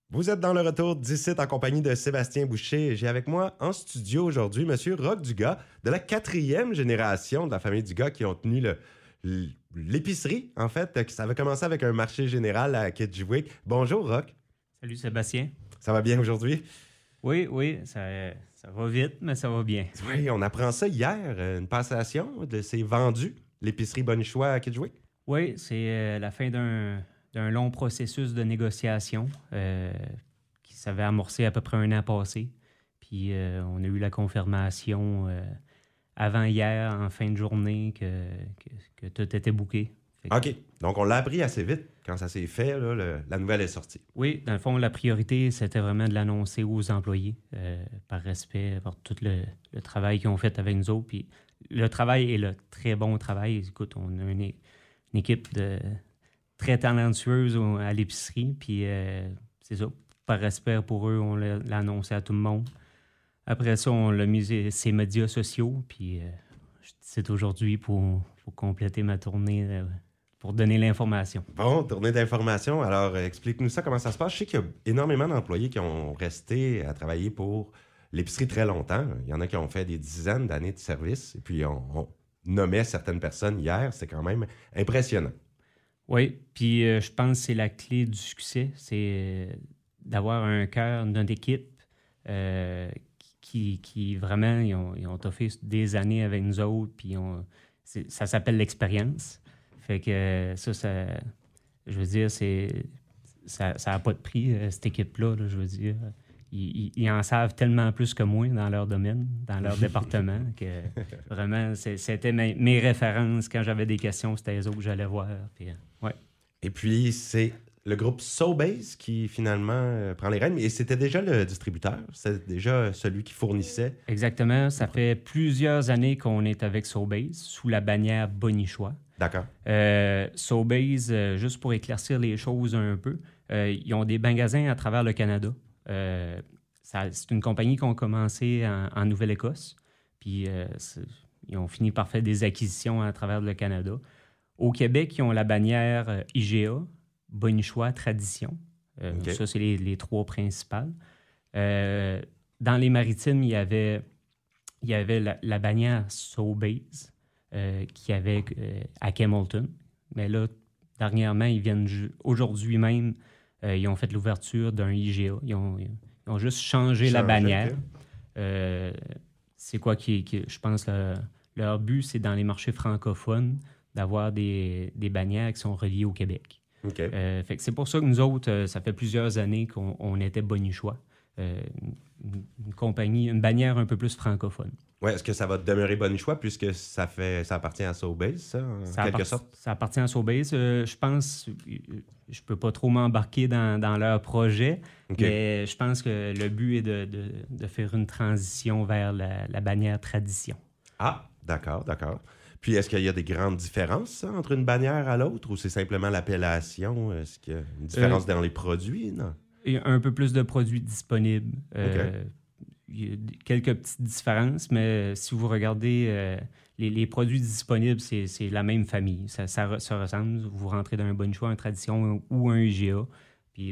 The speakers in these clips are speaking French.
Vous êtes dans le retour d'ici en compagnie de Sébastien Boucher. J'ai avec moi en studio aujourd'hui Monsieur Roch Dugas, de la 4e génération de la famille Dugas qui ont tenu l'épicerie, en fait. Ça avait commencé avec un marché général à Kedgewick. Bonjour, Roch. Salut Sébastien. Ça va bien aujourd'hui? Oui, ça va vite, mais ça va bien. Oui, on apprend ça hier, une passation, c'est vendu, l'épicerie Bonne Choix à Kedgewick. Oui, c'est la fin d'un long processus de négociation qui s'avait amorcé à peu près un an passé. Puis on a eu la confirmation avant hier, en fin de journée, que tout était booké. OK. Donc, on l'a appris assez vite. Quand ça s'est fait, là, la nouvelle est sortie. Oui, dans le fond, la priorité, c'était vraiment de l'annoncer aux employés par respect pour tout le travail qu'ils ont fait avec nous autres. Puis le travail est le très bon travail. Écoute, on a une équipe très talentueuse à l'épicerie. Puis c'est ça, par respect pour eux, on l'a annoncé à tout le monde. Après ça, on l'a mis sur ses médias sociaux. Puis c'est aujourd'hui pour compléter ma tournée pour donner l'information. Bon, tournée d'information. Alors, explique-nous ça, comment ça se passe. Je sais qu'il y a énormément d'employés qui ont resté à travailler pour l'épicerie très longtemps. Il y en a qui ont fait des dizaines d'années de service. Et puis, on nommait certaines personnes hier. C'est quand même impressionnant. Oui, puis je pense que c'est la clé du succès. C'est d'avoir un cœur, notre équipe qui vraiment, ils ont toffé des années avec nous autres. Puis ça s'appelle l'expérience. Fait que je veux dire, ça n'a pas de prix, cette équipe-là, je veux dire. Ils en savent tellement plus que moi dans leur domaine, dans leur département, que vraiment, c'était mes références. Quand j'avais des questions, c'était eux autres que j'allais voir. Puis, ouais. Et puis, c'est le groupe Sobase qui, finalement, prend les rênes. Et c'était déjà le distributeur. C'était déjà celui qui fournissait. Exactement. Ça fait plusieurs années qu'on est avec Sobase, sous la bannière Bonichois. D'accord. Sobase, juste pour éclaircir les choses un peu, ils ont des magasins à travers le Canada. C'est une compagnie qui a commencé en Nouvelle-Écosse, puis ils ont fini par faire des acquisitions à travers le Canada. Au Québec, ils ont la bannière IGA, Bonichois, Tradition. Okay. Ça, c'est les trois principales. Dans les maritimes, il y avait la bannière Sobase, qui avait à Hamilton. Mais là, dernièrement, ils viennent aujourd'hui même, ils ont fait l'ouverture d'un IGA. Ils ont juste changé la bannière. Okay. C'est quoi je pense, leur but, c'est dans les marchés francophones d'avoir des bannières qui sont reliées au Québec. Okay. Fait que c'est pour ça que nous autres, ça fait plusieurs années qu'on était Bonichois. Une compagnie, une bannière un peu plus francophone. Oui, est-ce que ça va demeurer Bonichois puisque ça appartient à Sobase, ça, en quelque sorte? Ça appartient à Sobase. Je pense, je peux pas trop m'embarquer dans leur projet, okay. Mais je pense que le but est de faire une transition vers la bannière Tradition. Ah, d'accord. Puis, est-ce qu'il y a des grandes différences entre une bannière à l'autre ou c'est simplement l'appellation? Est-ce qu'il y a une différence dans les produits? Non? Il y a un peu plus de produits disponibles. Okay. Il y a quelques petites différences, mais si vous regardez les produits disponibles, c'est la même famille. Ça ressemble. Vous rentrez dans un Bonichois, un Tradition ou un IGA, puis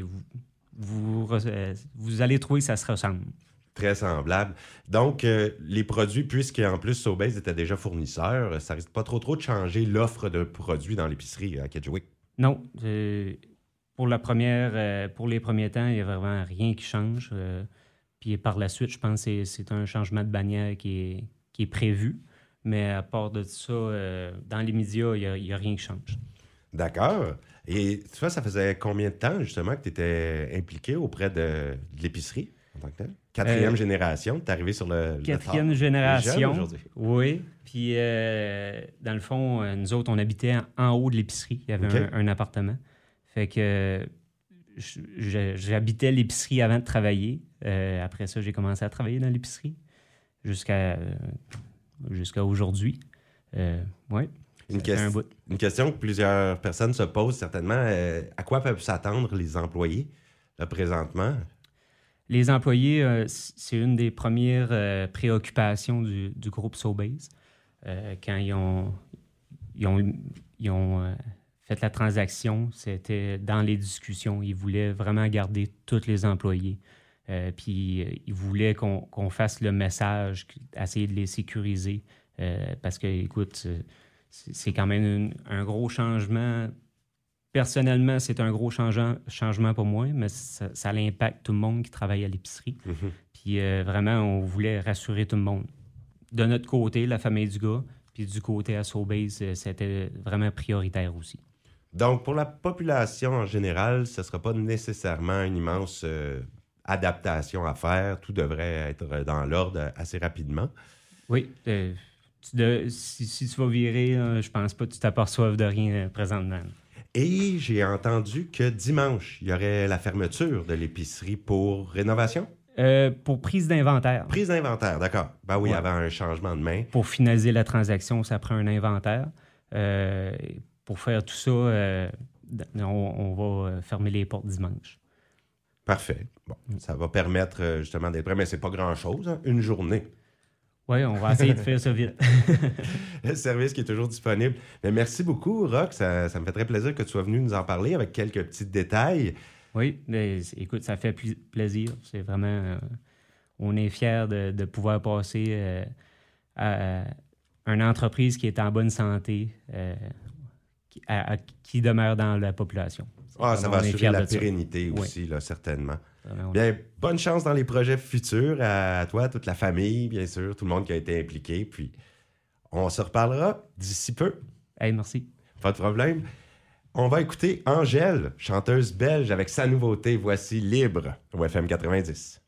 vous allez trouver que ça se ressemble. Très semblable. Donc, les produits, puisqu'en plus Sobase était déjà fournisseur, ça risque pas trop de changer l'offre de produits dans l'épicerie à Kedgewick? Non. Pour les premiers temps, il n'y a vraiment rien qui change. Puis par la suite, je pense que c'est un changement de bannière qui est prévu. Mais à part de ça, dans les médias, il n'y a rien qui change. D'accord. Et tu vois, ça faisait combien de temps, justement, que tu étais impliqué auprès de l'épicerie en tant que tel? 4e génération, tu es arrivé sur le 4e génération, aujourd'hui. Oui. Puis, dans le fond, nous autres, on habitait en haut de l'épicerie. Il y avait okay. un appartement. Fait que j'habitais l'épicerie avant de travailler. Après ça, j'ai commencé à travailler dans l'épicerie jusqu'à aujourd'hui. Oui. Une question que plusieurs personnes se posent certainement. À quoi peuvent s'attendre les employés là, présentement? Les employés, c'est une des premières préoccupations du groupe Sobase. Quand ils ont fait la transaction, c'était dans les discussions. Ils voulaient vraiment garder tous les employés. Puis ils voulaient qu'on fasse le message, essayer de les sécuriser. Parce que, écoute, c'est quand même un gros changement. Personnellement, c'est un gros changement pour moi, mais ça impacte tout le monde qui travaille à l'épicerie. Mhm. Puis vraiment, on voulait rassurer tout le monde. De notre côté, la famille du gars, puis du côté à Sobeys, c'était vraiment prioritaire aussi. Donc, pour la population en général, ce ne sera pas nécessairement une immense adaptation à faire. Tout devrait être dans l'ordre assez rapidement. Oui. Si tu vas virer, je pense pas que tu t'aperçoives de rien présentement. Et j'ai entendu que dimanche, il y aurait la fermeture de l'épicerie pour rénovation. Pour prise d'inventaire. Prise d'inventaire, d'accord. Ben oui, il y Ouais. avait un changement de main. Pour finaliser la transaction, ça prend un inventaire. Pour faire tout ça, on va fermer les portes dimanche. Parfait. Bon, ça va permettre justement d'être prêt, mais c'est pas grand-chose, hein? Une journée. Oui, on va essayer de faire ça vite. Le service qui est toujours disponible. Mais merci beaucoup, Roch. Ça me fait très plaisir que tu sois venu nous en parler avec quelques petits détails. Oui, mais écoute, ça fait plaisir. C'est vraiment... on est fiers de pouvoir passer à une entreprise qui est en bonne santé, qui demeure dans la population. Ah, ça va On est assurer fiers la de ça. pérennité Oui. aussi, là, certainement. Vraiment, Bien, bonne chance dans les projets futurs à toi, toute la famille, bien sûr, tout le monde qui a été impliqué. Puis, on se reparlera d'ici peu. Hey, merci. Pas de problème. On va écouter Angèle, chanteuse belge, avec sa nouveauté. Voici Libre au FM 90.